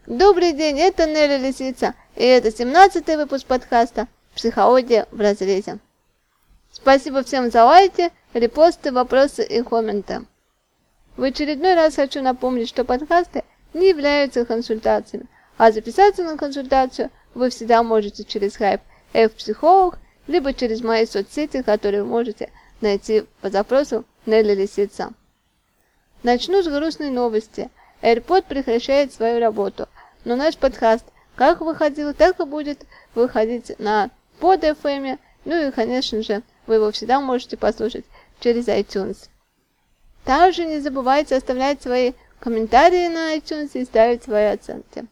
Добрый день, это Нелли Лисица, и это 17-й выпуск подкаста «Психология в разрезе». Спасибо всем за лайки, репосты, вопросы и комменты. В очередной раз хочу напомнить, что подкасты не являются консультациями, а записаться на консультацию вы всегда можете через Skype F-психолог, либо через мои соцсети, которые вы можете найти по запросу Нелли Лисица. Начну с грустной новости. AirPod прекращает свою работу, но наш подкаст как выходил, так и будет выходить на Pod FM, ну и, конечно же, вы его всегда можете послушать через iTunes. Также не забывайте оставлять свои комментарии на iTunes и ставить свои оценки.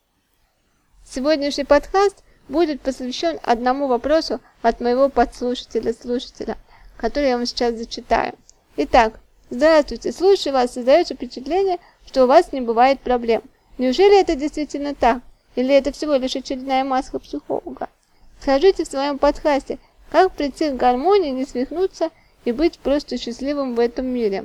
Сегодняшний подкаст будет посвящен одному вопросу от моего подслушателя-слушателя, который я вам сейчас зачитаю. Итак, здравствуйте, слушаю вас, создается впечатление, что у вас не бывает проблем. Неужели это действительно так? Или это всего лишь очередная маска психолога? Скажите в своем подкасте, как прийти к гармонии, не свихнуться и быть просто счастливым в этом мире?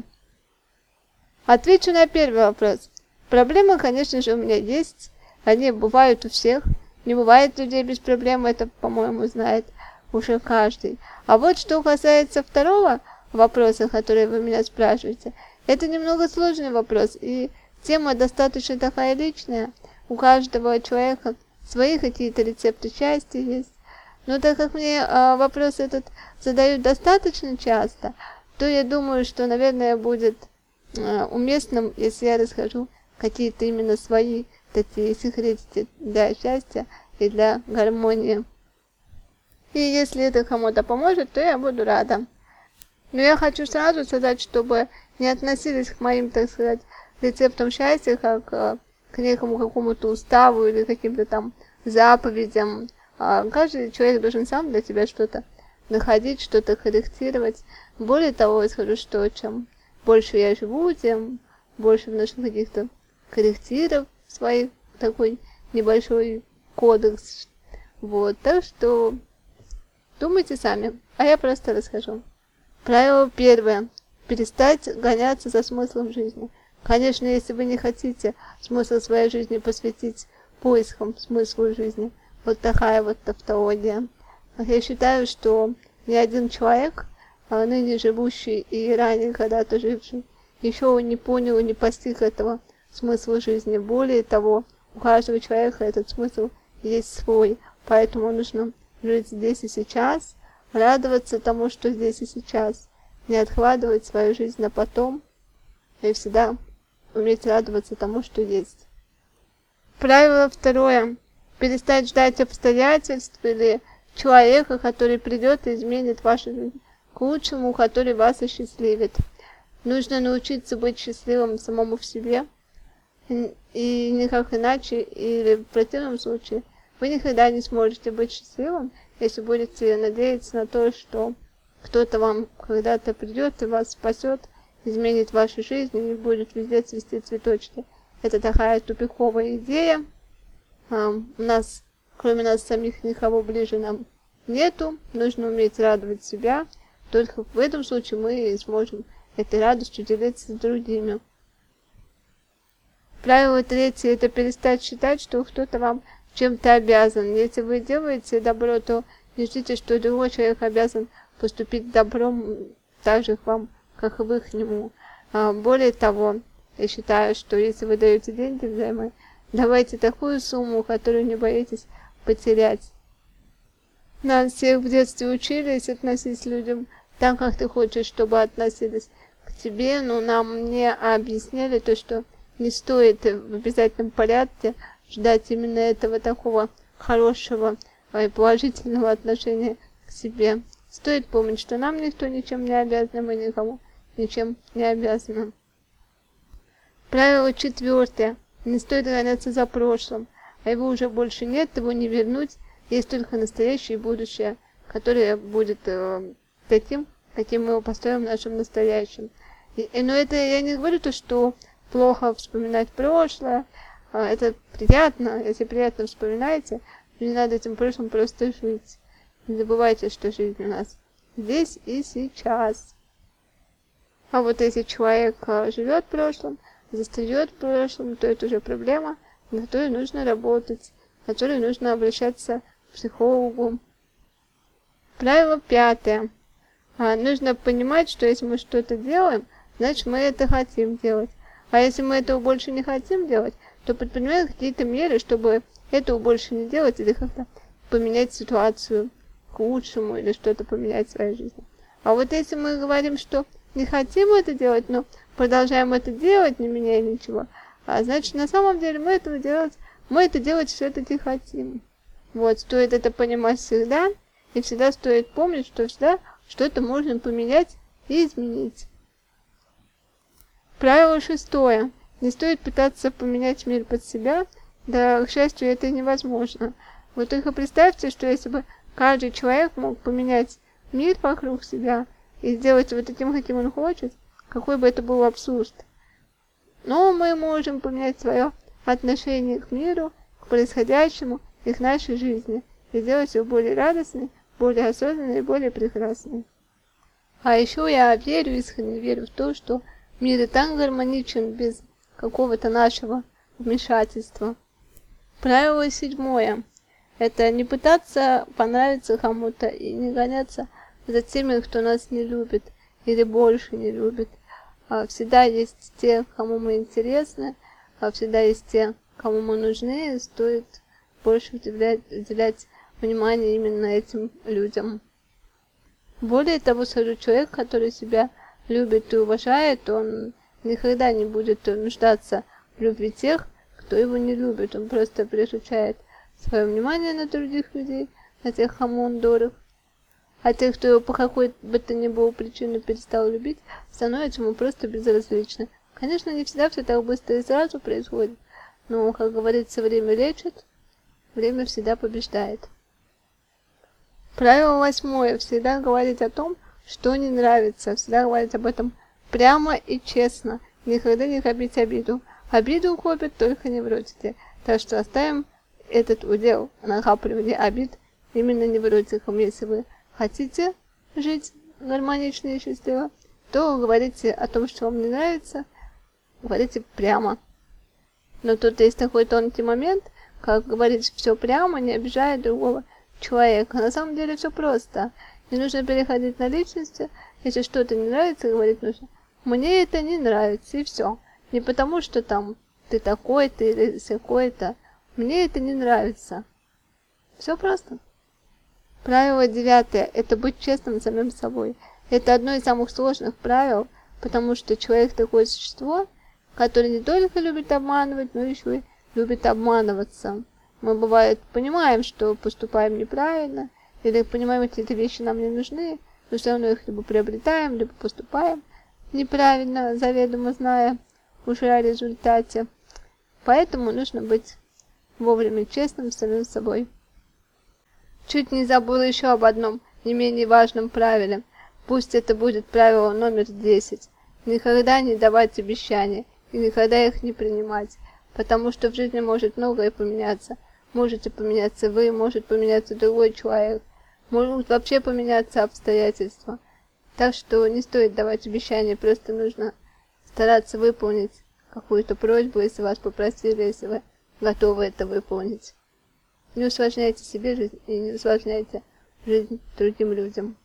Отвечу на первый вопрос. Проблемы, конечно же, у меня есть. Они бывают у всех. Не бывает людей без проблем, это, по-моему, знает уже каждый. А вот что касается второго вопроса, который вы меня спрашиваете, это немного сложный вопрос, и тема достаточно такая личная. У каждого человека свои какие-то рецепты счастья есть. Но так как мне вопрос этот задают достаточно часто, то я думаю, что, наверное, будет уместным, если я расскажу какие-то именно свои такие секретики для счастья и для гармонии. И если это кому-то поможет, то я буду рада. Но я хочу сразу сказать, чтобы не относились к моим, так сказать, рецептам счастья, как к некому какому-то уставу или каким-то там заповедям. Каждый человек должен сам для себя что-то находить, что-то корректировать. Более того, я скажу, что чем больше я живу, тем больше вношу каких-то корректиров в свой такой небольшой кодекс. Вот, так что думайте сами, а я просто расскажу. Правило первое. Перестать гоняться за смыслом жизни. Конечно, если вы не хотите смысл своей жизни посвятить поискам смысла жизни, вот такая вот тавтология. Я считаю, что ни один человек, ныне живущий и ранее когда-то живший, еще не понял и не постиг этого смысла жизни. Более того, у каждого человека этот смысл есть свой, поэтому нужно жить здесь и сейчас, радоваться тому, что здесь и сейчас, не откладывать свою жизнь на потом и всегда уметь радоваться тому, что есть. Правило второе. Перестать ждать обстоятельств или человека, который придет и изменит вашу жизнь к лучшему, который вас осчастливит. Нужно научиться быть счастливым самому в себе, и никак иначе, или в противном случае вы никогда не сможете быть счастливым, если будете надеяться на то, что кто-то вам когда-то придет и вас спасет, изменит вашу жизнь и будет везде цвести цветочки. Это такая тупиковая идея. У нас, кроме нас самих, никого ближе нам нету. Нужно уметь радовать себя. Только в этом случае мы сможем этой радостью делиться с другими. Правило третье – это перестать считать, что кто-то вам чем-то обязан. Если вы делаете добро, то не ждите, что другой человек обязан поступить добром так же к вам, как и вы к нему. Более того, я считаю, что если вы даете деньги взаймы, давайте такую сумму, которую не боитесь потерять. Нас всех в детстве учились относиться к людям так, как ты хочешь, чтобы относились к тебе, но нам не объясняли то, что не стоит в обязательном порядке ждать именно этого такого хорошего и положительного отношения к себе. Стоит помнить, что нам никто ничем не обязан, мы никому ничем не обязаны. Правило четвертое. Не стоит гоняться за прошлым, а его уже больше нет, его не вернуть. Есть только настоящее и будущее, которое будет таким, каким мы его построим в нашем настоящем. Но это я не говорю то, что плохо вспоминать прошлое. Это приятно, если приятно вспоминаете, не надо этим прошлым просто жить. Не забывайте, что жизнь у нас здесь и сейчас. А вот если человек живет в прошлом, застает в прошлом, то это уже проблема, на которые нужно работать, на которые нужно обращаться к психологу. Правило 5. Нужно понимать, что если мы что-то делаем, значит мы это хотим делать. А если мы этого больше не хотим делать, то предпринимаем какие-то меры, чтобы этого больше не делать или как-то поменять ситуацию к лучшему или что-то поменять в своей жизни. А вот если мы говорим, что не хотим это делать, но продолжаем это делать, не меняя ничего, значит на самом деле мы это делать все-таки хотим. Вот, стоит это понимать всегда, и всегда стоит помнить, что всегда что-то можно поменять и изменить. Правило 6. Не стоит пытаться поменять мир под себя, да, к счастью, это невозможно. Вот только представьте, что если бы каждый человек мог поменять мир вокруг себя и сделать его таким, каким он хочет, какой бы это был абсурд. Но мы можем поменять свое отношение к миру, к происходящему и к нашей жизни, и сделать его более радостной, более осознанной и более прекрасной. А еще я искренне верю в то, что мир и так гармоничен без какого-то нашего вмешательства. Правило 7. Это не пытаться понравиться кому-то и не гоняться за теми, кто нас не любит или больше не любит. Всегда есть те, кому мы интересны, всегда есть те, кому мы нужны, и стоит больше уделять внимание именно этим людям. Более того, скажу, человек, который себя любит и уважает, он никогда не будет нуждаться в любви тех, кто его не любит. Он просто переключает свое внимание на других людей, на тех, кому он дорог. А тех, кто его по какой бы то ни было причине перестал любить, становится ему просто безразлично. Конечно, не всегда все так быстро и сразу происходит, но, как говорится, время лечит, время всегда побеждает. Правило 8. Всегда говорить о том, что не нравится. Всегда говорить об этом прямо и честно. Никогда не копить обиду. Обиду копят только невротики. Так что оставим этот удел накапливания обид именно невротикам. Если вы хотите жить гармонично и счастливо, то говорите о том, что вам не нравится, говорите прямо. Но тут есть такой тонкий момент, как говорить все прямо, не обижая другого человека. На самом деле все просто. Не нужно переходить на личности. Если что-то не нравится, говорить нужно: мне это не нравится, и все. Не потому, что там ты такой-то или сякой-то. Мне это не нравится. Все просто. Правило 9. Это быть честным самим собой. Это одно из самых сложных правил, потому что человек такое существо, которое не только любит обманывать, но еще и любит обманываться. Мы, бывает, понимаем, что поступаем неправильно, или понимаем, что эти вещи нам не нужны, но все равно их либо приобретаем, либо поступаем неправильно, заведомо зная уже о результате. Поэтому нужно быть вовремя честным с самим собой. Чуть не забыла еще об одном не менее важном правиле. Пусть это будет правило номер 10. Никогда не давать обещания и никогда их не принимать, потому что в жизни может многое поменяться. Можете поменяться вы, может поменяться другой человек, могут вообще поменяться обстоятельства. Так что не стоит давать обещания, просто нужно стараться выполнить какую-то просьбу, если вас попросили, если вы готовы это выполнить. Не усложняйте себе жизнь и не усложняйте жизнь другим людям.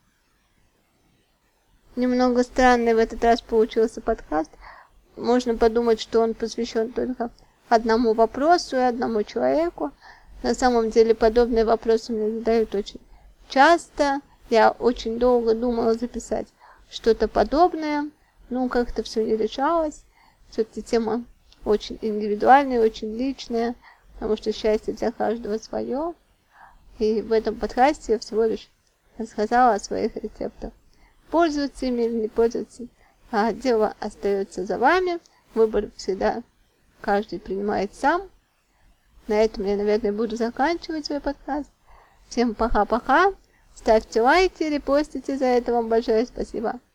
Немного странный в этот раз получился подкаст. Можно подумать, что он посвящен только одному вопросу и одному человеку. На самом деле подобные вопросы мне задают очень часто. Я очень долго думала записать что-то подобное, но как-то все не решалось. Все-таки тема очень индивидуальная, очень личная, потому что счастье для каждого свое. И в этом подкасте я всего лишь рассказала о своих рецептах. Пользоваться ими или не пользоваться, дело остается за вами. Выбор всегда каждый принимает сам. На этом я, наверное, буду заканчивать свой подкаст. Всем пока-пока. Ставьте лайки, репостите за это. Вам большое спасибо.